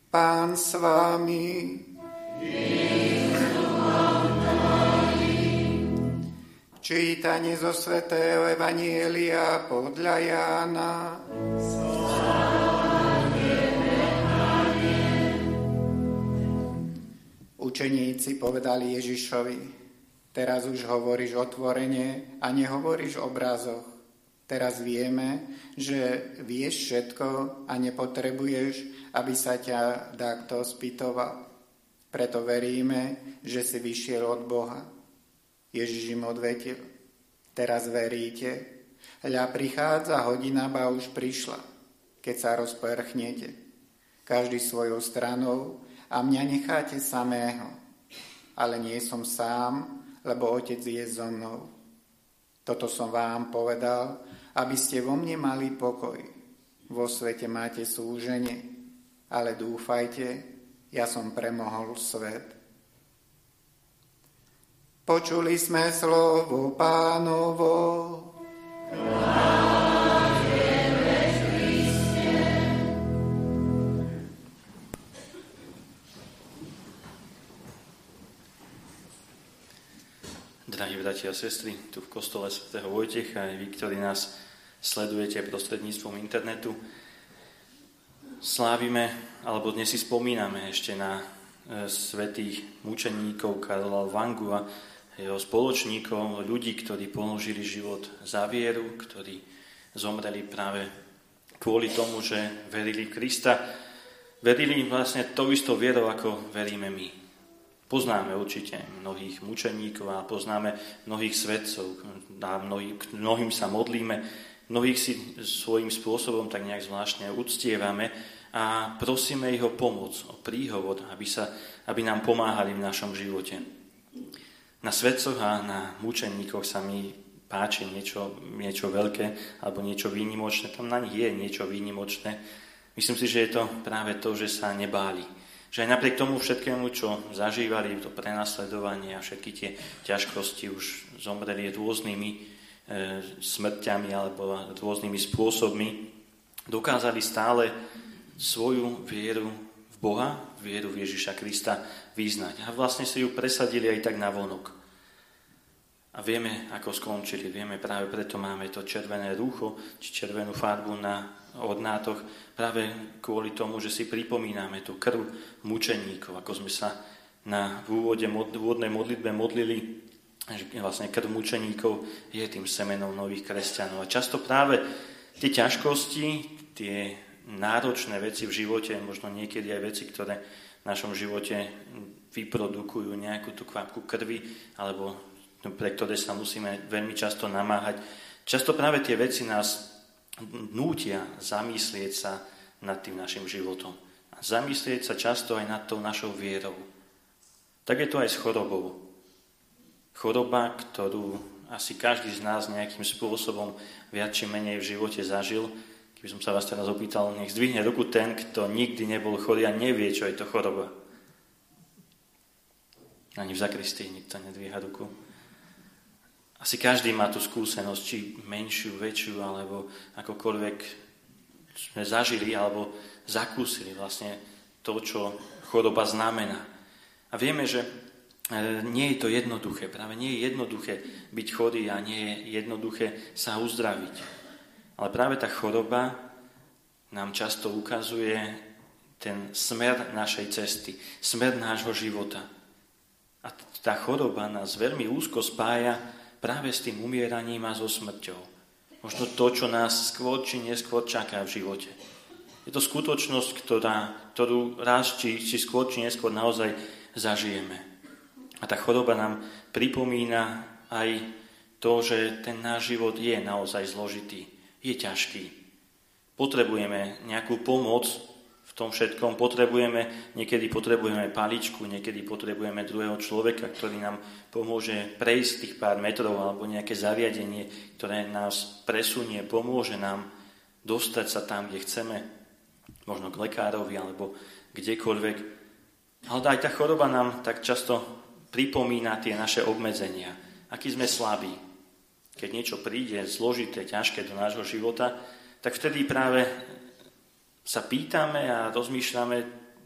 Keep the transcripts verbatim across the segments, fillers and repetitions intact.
Pán s vámi. Čítanie zo svätého Evanjelia podľa Jána. Učeníci povedali Ježišovi: teraz už hovoríš otvorene a nehovoríš o obrazoch. Teraz vieme, že vieš všetko a nepotrebuješ, aby sa ťa takto spýtoval. Preto veríme, že si vyšiel od Boha. Ježiš im odvetil: teraz veríte? Hľa prichádza hodina, ba už prišla, keď sa rozprchnete, každý svojou stranou, a mňa necháte samého. Ale nie som sám, lebo Otec je so mnou. Toto som vám povedal, aby ste vo mne mali pokoj. Vo svete máte súženie, ale dúfajte, ja som premohol svet. Počuli sme slovo Pánovo. Drahí bratia a sestry, tu v kostole svätého Vojtecha, aj vy, ktorí nás sledujete prostredníctvom internetu, slávime, alebo dnes si spomíname ešte na e, svätých mučeníkov Karola Lwangu a jeho spoločníkov, ľudí, ktorí položili život za vieru, ktorí zomreli práve kvôli tomu, že verili v Krista, verili vlastne tou istou vierou, ako veríme my. Poznáme určite mnohých mučeníkov a poznáme mnohých svedcov, a mnohý, k mnohým sa modlíme, mnohých si svojím spôsobom tak nejak zvláštne uctievame a prosíme ich o pomoc, o príhovor, aby, sa, aby nám pomáhali v našom živote. Na svedcoch a na mučeníkoch sa mi páči niečo, niečo veľké alebo niečo výnimočné, tam na nich je niečo výnimočné. Myslím si, že je to práve to, že sa nebáli. Že aj napriek tomu všetkému, čo zažívali, to prenasledovanie a všetky tie ťažkosti, už zomreli rôznymi e, smrťami alebo rôznymi spôsobmi, dokázali stále svoju vieru v Boha, vieru v Ježiša Krista vyznať. A vlastne si ju presadili aj tak navonok. A vieme, ako skončili. Vieme, práve preto máme to červené rúcho, či červenú farbu na odnátoch, práve kvôli tomu, že si pripomíname tú krv mučeníkov, ako sme sa na v úvode, v úvodnej modlitbe modlili, že vlastne krv mučeníkov je tým semenom nových kresťanov. A často práve tie ťažkosti, tie náročné veci v živote, možno niekedy aj veci, ktoré v našom živote vyprodukujú nejakú tú kvapku krvi, alebo pre ktoré sa musíme veľmi často namáhať. Často práve tie veci nás nútia zamyslieť sa nad tým našim životom. A zamyslieť sa často aj nad tou našou vierou. Tak je to aj s chorobou. Choroba, ktorú asi každý z nás nejakým spôsobom viac či menej v živote zažil. Keby som sa vás teraz opýtal, nech zdvihne ruku ten, kto nikdy nebol chorý a nevie, čo je to choroba. Ani v zakristii nikto nedvíha ruku. Asi každý má tú skúsenosť, či menšiu, väčšiu, alebo akokoľvek sme zažili, alebo zakúsili vlastne to, čo choroba znamená. A vieme, že nie je to jednoduché. Práve nie je jednoduché byť chorý a nie je jednoduché sa uzdraviť. Ale práve tá choroba nám často ukazuje ten smer našej cesty, smer nášho života. A tá choroba nás veľmi úzko spája práve s tým umieraním a so smrťou. Možno to, čo nás skôr či neskôr čaká v živote. Je to skutočnosť, ktorá, ktorú raz či, či skôr či neskôr naozaj zažijeme. A tá choroba nám pripomína aj to, že ten náš život je naozaj zložitý, je ťažký. Potrebujeme nejakú pomoc v tom všetkom, potrebujeme, niekedy potrebujeme paličku, niekedy potrebujeme druhého človeka, ktorý nám pomôže prejsť tých pár metrov alebo nejaké zariadenie, ktoré nás presunie, pomôže nám dostať sa tam, kde chceme, možno k lekárovi alebo kdekoľvek. Ale aj tá choroba nám tak často pripomína tie naše obmedzenia. Aký sme slabí. Keď niečo príde zložité, ťažké do nášho života, tak vtedy práve sa pýtame a rozmýšľame,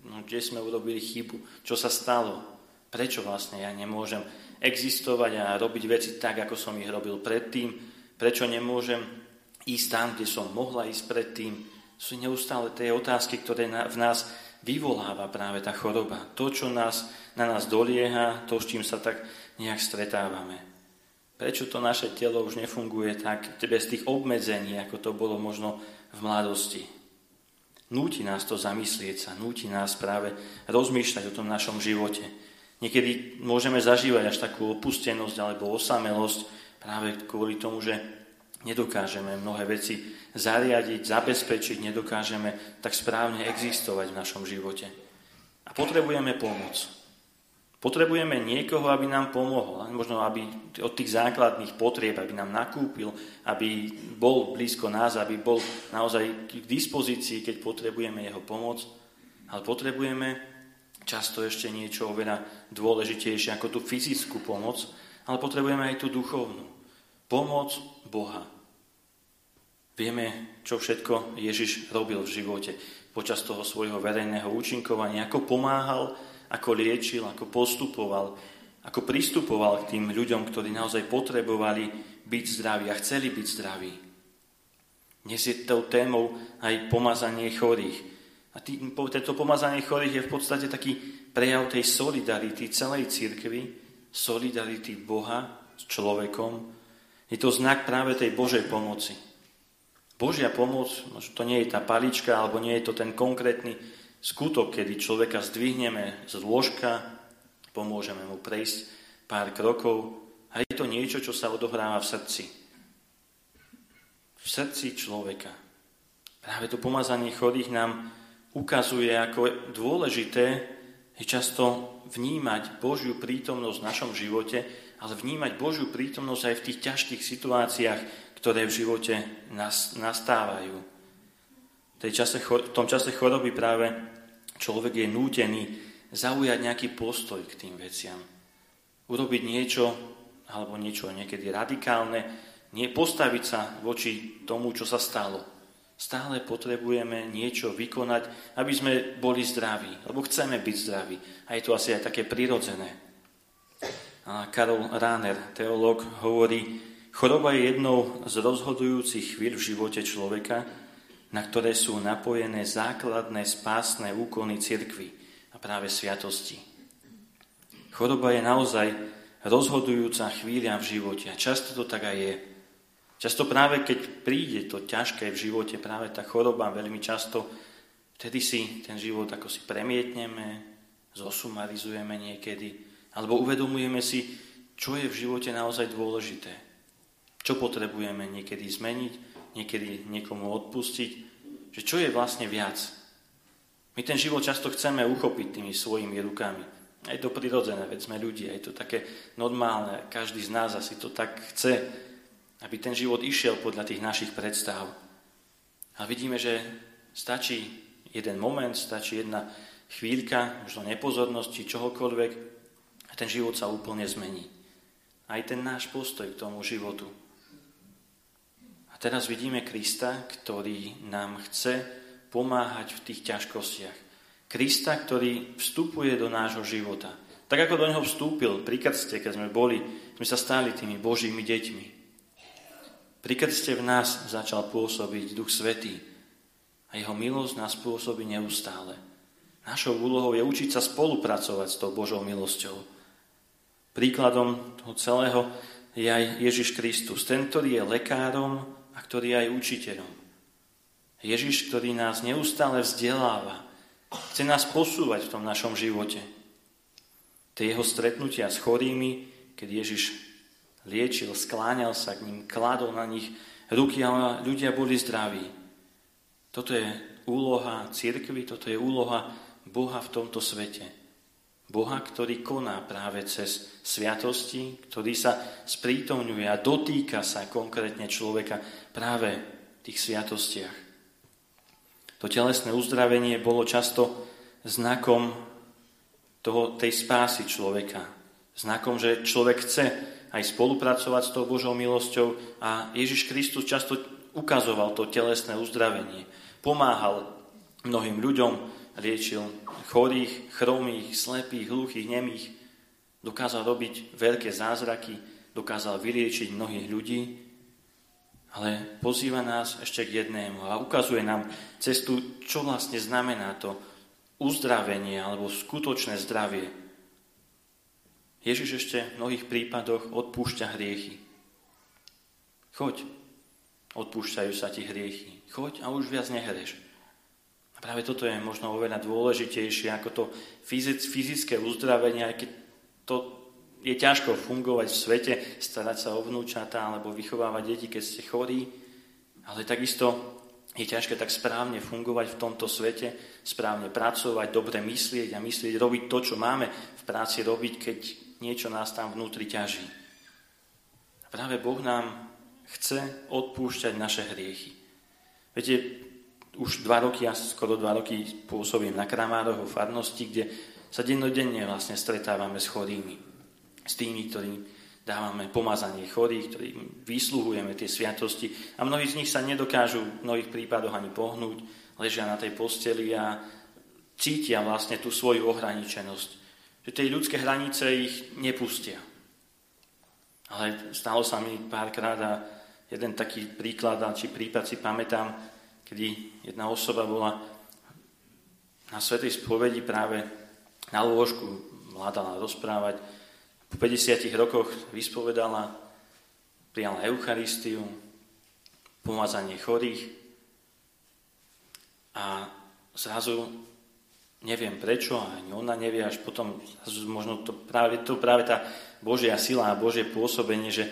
no, kde sme urobili chybu, čo sa stalo, prečo vlastne ja nemôžem existovať a robiť veci tak, ako som ich robil predtým, prečo nemôžem ísť tam, kde som mohla ísť predtým. Sú neustále tie otázky, ktoré v nás vyvoláva práve tá choroba. To, čo nás, na nás dolieha, to, s čím sa tak nejak stretávame. Prečo to naše telo už nefunguje tak bez tých obmedzení, ako to bolo možno v mladosti. Núti nás to zamyslieť sa, núti nás práve rozmýšľať o tom našom živote. Niekedy môžeme zažívať až takú opustenosť alebo osamelosť práve kvôli tomu, že nedokážeme mnohé veci zariadiť, zabezpečiť, nedokážeme tak správne existovať v našom živote. A potrebujeme pomoc. Potrebujeme niekoho, aby nám pomohol. Možno aby od tých základných potrieb, aby nám nakúpil, aby bol blízko nás, aby bol naozaj k dispozícii, keď potrebujeme jeho pomoc. Ale potrebujeme často ešte niečo oveľa dôležitejšie ako tú fyzickú pomoc, ale potrebujeme aj tú duchovnú. Pomoc Boha. Vieme, čo všetko Ježiš robil v živote počas toho svojho verejného účinkovania, ako pomáhal, ako liečil, ako postupoval, ako pristupoval k tým ľuďom, ktorí naozaj potrebovali byť zdraví a chceli byť zdraví. Dnes je tou témou aj pomazanie chorých. A tý, toto pomazanie chorých je v podstate taký prejav tej solidarity celej cirkvi, solidarity Boha s človekom. Je to znak práve tej Božej pomoci. Božia pomoc, to nie je tá palička, alebo nie je to ten konkrétny skutok, kedy človeka zdvihneme z lôžka, pomôžeme mu prejsť pár krokov, a je to niečo, čo sa odohráva v srdci. V srdci človeka. Práve to pomazanie chorých nám ukazuje, ako dôležité je často vnímať Božiu prítomnosť v našom živote, ale vnímať Božiu prítomnosť aj v tých ťažkých situáciách, ktoré v živote nastávajú. V, tej čase, v tom čase choroby práve človek je nútený zaujať nejaký postoj k tým veciam. Urobiť niečo, alebo niečo niekedy radikálne, nie postaviť sa voči tomu, čo sa stalo. Stále potrebujeme niečo vykonať, aby sme boli zdraví, lebo chceme byť zdraví. A je to asi aj také prirodzené. A Karol Rahner, teológ, hovorí, choroba je jednou z rozhodujúcich chvíľ v živote človeka, na ktoré sú napojené základné spásne úkony cirkvi a práve sviatosti. Choroba je naozaj rozhodujúca chvíľa v živote a často to tak aj je. Často práve keď príde to ťažké v živote, práve tá choroba veľmi často, vtedy si ten život ako si premietneme, zosumarizujeme niekedy, alebo uvedomujeme si, čo je v živote naozaj dôležité. Čo potrebujeme niekedy zmeniť, niekedy niekomu odpustiť, že čo je vlastne viac. My ten život často chceme uchopiť tými svojimi rukami. Je to prirodzené, veď sme ľudia, je to také normálne, každý z nás asi to tak chce, aby ten život išiel podľa tých našich predstav. A vidíme, že stačí jeden moment, stačí jedna chvíľka, možno nepozornosti, čohokoľvek, a ten život sa úplne zmení. Aj ten náš postoj k tomu životu. A teraz vidíme Krista, ktorý nám chce pomáhať v tých ťažkostiach. Krista, ktorý vstupuje do nášho života. Tak ako do neho vstúpil pri krste, keď sme boli, sme sa stali tými Božími deťmi. Pri krste v nás začal pôsobiť Duch Svätý a jeho milosť nás pôsobí neustále. Našou úlohou je učiť sa spolupracovať s tou Božou milosťou. Príkladom toho celého je aj Ježiš Kristus, ten, ktorý je lekárom a ktorý je aj učiteľom. Ježiš, ktorý nás neustále vzdeláva, chce nás posúvať v tom našom živote. Tie jeho stretnutia s chorými, keď Ježiš liečil, skláňal sa k ním, kladol na nich ruky a ľudia boli zdraví. Toto je úloha cirkvi, toto je úloha Boha v tomto svete. Boha, ktorý koná práve cez sviatosti, ktorý sa sprítomňuje a dotýka sa konkrétne človeka práve v tých sviatostiach. To telesné uzdravenie bolo často znakom toho, tej spásy človeka. Znakom, že človek chce aj spolupracovať s tou Božou milosťou a Ježiš Kristus často ukazoval to telesné uzdravenie. Pomáhal mnohým ľuďom, liečil chorých, chromých, slepých, hluchých, nemých. Dokázal robiť veľké zázraky, dokázal vyliečiť mnohých ľudí, ale pozýva nás ešte k jednému a ukazuje nám cestu, čo vlastne znamená to uzdravenie alebo skutočné zdravie. Ježiš ešte v mnohých prípadoch odpúšťa hriechy. Choď, odpúšťajú sa ti hriechy. Choď a už viac nehreš. A práve toto je možno oveľa dôležitejšie ako to fyzické uzdravenie, aj keď to je ťažko fungovať v svete, starať sa o vnúčatá alebo vychovávať deti, keď ste chorí, ale takisto je ťažké tak správne fungovať v tomto svete, správne pracovať, dobre myslieť a myslieť, robiť to, čo máme v práci robiť, keď niečo nás tam vnútri ťaží. A práve Boh nám chce odpúšťať naše hriechy. Viete, už dva roky, ja skoro dva roky pôsobím na Kramároch vo farnosti, kde sa dennodenne vlastne stretávame s chorými. S tými, ktorým dávame pomazanie chorých, ktorým vysluhujeme tie sviatosti. A mnohí z nich sa nedokážu v mnohých prípadoch ani pohnúť, ležia na tej posteli a cítia vlastne tú svoju ohraničenosť. Že tie ľudské hranice ich nepustia. Ale stalo sa mi párkrát a jeden taký príklad, či prípad si pamätám, kedy jedna osoba bola na svätej spovedi práve na lôžku, vládala rozprávať. Po päťdesiatich rokoch vyspovedala, prijala Eucharistiu, pomazanie chorých a zrazu neviem prečo, ani ona nevie, až potom možno to práve, to práve tá Božia sila a Božie pôsobenie, že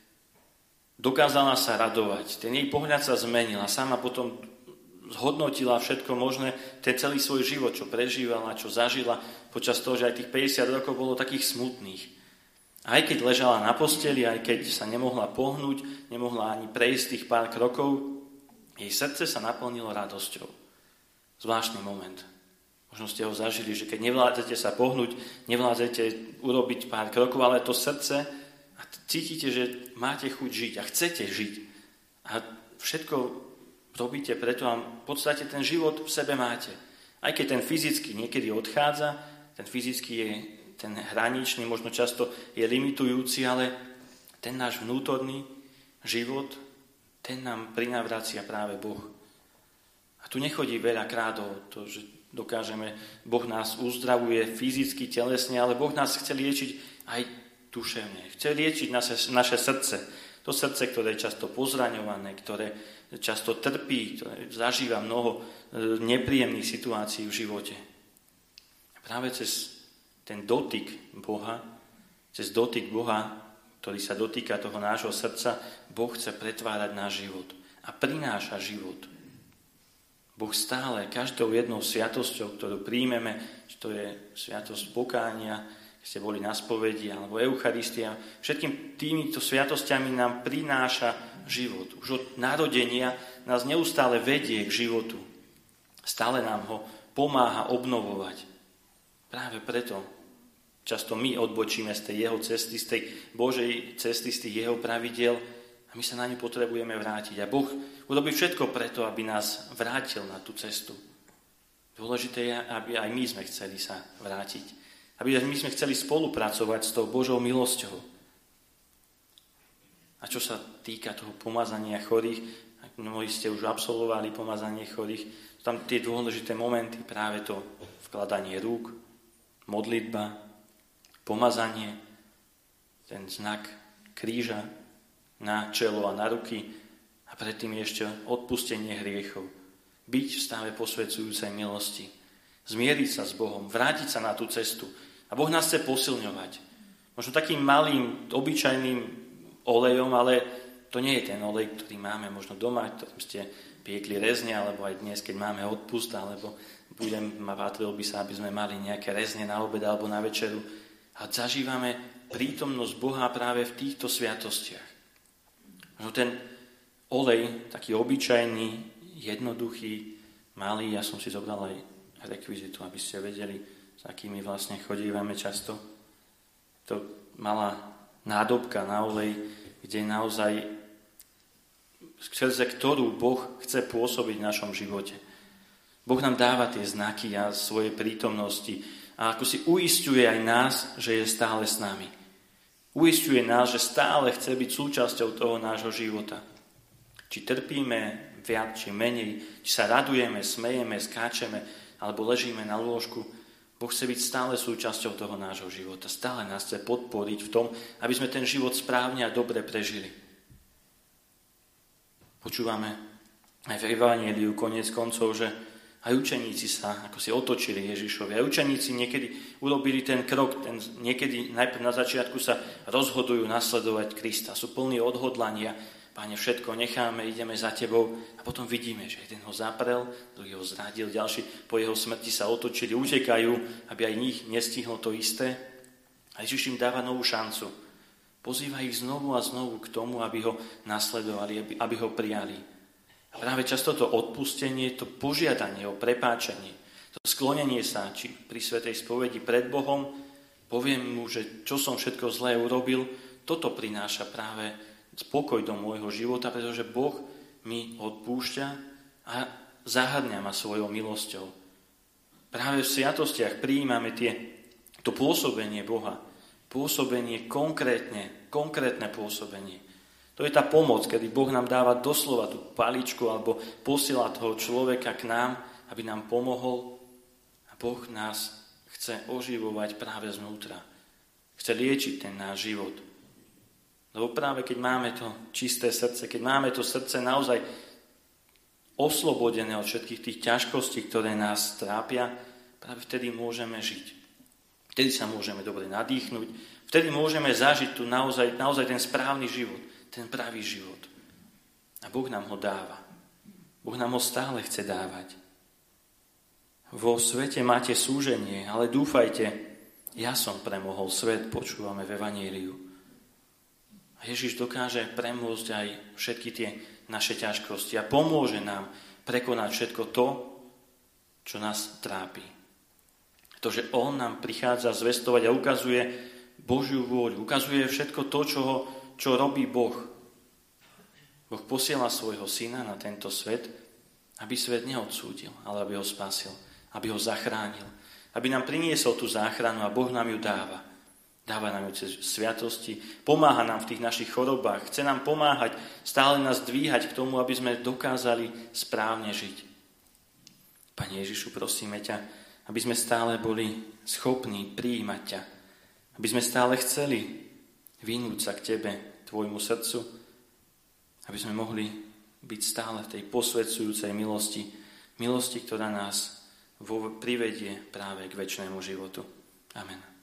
dokázala sa radovať. Ten jej pohľad sa zmenil a sama potom zhodnotila všetko možné, ten celý svoj život, čo prežívala, čo zažila počas toho, že aj tých päťdesiat rokov bolo takých smutných. Aj keď ležala na posteli, aj keď sa nemohla pohnúť, nemohla ani prejsť tých pár krokov, jej srdce sa naplnilo radosťou. Zvláštny moment. Možno ste ho zažili, že keď nevládzete sa pohnúť, nevládzete urobiť pár krokov, ale to srdce a cítite, že máte chuť žiť a chcete žiť. A všetko robíte preto a v podstate ten život v sebe máte. Aj keď ten fyzicky niekedy odchádza, ten fyzicky je ten hraničný, možno často je limitujúci, ale ten náš vnútorný život, ten nám prinavracia práve Boh. A tu nechodí veľa krát o to, že dokážeme, Boh nás uzdravuje fyzicky, telesne, ale Boh nás chce liečiť aj duševne. Chce liečiť naše, naše srdce. To srdce, ktoré je často pozraňované, ktoré často trpí, ktoré zažíva mnoho nepríjemných situácií v živote. A práve cez ten dotyk Boha, cez dotyk Boha, ktorý sa dotýka toho nášho srdca, Boh chce pretvárať náš život a prináša život. Boh stále každou jednou sviatosťou, ktorú príjmeme, či to je sviatosť pokánia, keď ste boli na spovedi, alebo Eucharistia, všetkým týmito sviatosťami nám prináša život. Už od narodenia nás neustále vedie k životu. Stále nám ho pomáha obnovovať. Práve preto často my odbočíme z tej jeho cesty, z tej Božej cesty, z tých jeho pravidiel a my sa na ňu potrebujeme vrátiť. A Boh urobí všetko preto, aby nás vrátil na tú cestu. Dôležité je, aby aj my sme chceli sa vrátiť. Aby my sme chceli spolupracovať s tou Božou milosťou. A čo sa týka toho pomazania chorých, mnohí ste už absolvovali pomazanie chorých, tam tie dôležité momenty, práve to vkladanie rúk, modlitba, pomazanie, ten znak kríža na čelo a na ruky a predtým ešte odpustenie hriechov. Byť v stave posvedzujúcej milosti. Zmieriť sa s Bohom, vrátiť sa na tú cestu. A Boh nás chce posilňovať. Možno takým malým, obyčajným olejom, ale to nie je ten olej, ktorý máme možno doma, ktorým ste piekli rezne, alebo aj dnes, keď máme odpust, alebo budem, patrilo by sa, aby sme mali nejaké rezne na obed alebo na večeru. A zažívame prítomnosť Boha práve v týchto sviatostiach. Možno ten olej, taký obyčajný, jednoduchý, malý, ja som si zobral aj rekvizitu, aby ste vedeli, s akými vlastne chodívame často. To malá nádobka na olej, kde naozaj skrze ktorú Boh chce pôsobiť v našom živote. Boh nám dáva tie znaky a svojej prítomnosti a ako si uisťuje aj nás, že je stále s nami. Uisťuje nás, že stále chce byť súčasťou toho nášho života. Či trpíme viac, či menej, či sa radujeme, smejeme, skáčeme, alebo ležíme na lôžku, Boh chce byť stále súčasťou toho nášho života. Stále nás chce podporiť v tom, aby sme ten život správne a dobre prežili. Počúvame aj v Evanjeliu koniec koncov, že aj učeníci sa ako si otočili Ježišovi. Aj učeníci niekedy urobili ten krok, ten, niekedy najprv na začiatku sa rozhodujú nasledovať Krista. Sú plní odhodlania. Páne, všetko necháme, ideme za tebou. A potom vidíme, že jeden ho zaprel, druhý ho zradil, ďalší po jeho smrti sa otočili, utekajú, aby aj nich nestihlo to isté. A Ježiš im dáva novú šancu. Pozýva ich znovu a znovu k tomu, aby ho nasledovali, aby, aby ho prijali. A práve často to odpustenie, to požiadanie o prepáčenie, to sklonenie sa, či pri svätej spovedi pred Bohom, poviem mu, že čo som všetko zlé urobil, toto prináša práve spokoj do môjho života, pretože Boh mi odpúšťa a zahrňa ma svojou milosťou. Práve v sviatostiach prijímame tie, to pôsobenie Boha. Pôsobenie konkrétne, konkrétne pôsobenie. To je tá pomoc, kedy Boh nám dáva doslova tú paličku alebo posiela toho človeka k nám, aby nám pomohol. A Boh nás chce oživovať práve znútra. Chce liečiť ten náš život. Lebo práve keď máme to čisté srdce, keď máme to srdce naozaj oslobodené od všetkých tých ťažkostí, ktoré nás trápia, práve vtedy môžeme žiť. Vtedy sa môžeme dobre nadýchnuť, vtedy môžeme zažiť tu naozaj, naozaj ten správny život, ten pravý život. A Boh nám ho dáva. Boh nám ho stále chce dávať. Vo svete máte súženie, ale dúfajte, ja som premohol svet, počúvame v Evanjeliu. A Ježiš dokáže premôcť aj všetky tie naše ťažkosti a pomôže nám prekonať všetko to, čo nás trápi. To, že On nám prichádza zvestovať a ukazuje Božiu vôľu, ukazuje všetko to, čo, ho, čo robí Boh. Boh posiela svojho syna na tento svet, aby svet neodsúdil, ale aby ho spasil, aby ho zachránil, aby nám priniesol tú záchranu a Boh nám ju dáva. Dáva nám ju cez sviatosti, pomáha nám v tých našich chorobách, chce nám pomáhať, stále nás dvíhať k tomu, aby sme dokázali správne žiť. Pane Ježišu, prosíme ťa, aby sme stále boli schopní prijímať ťa, aby sme stále chceli vynúť sa k tebe, tvojmu srdcu, aby sme mohli byť stále v tej posvedzujúcej milosti, milosti, ktorá nás privedie práve k večnému životu. Amen.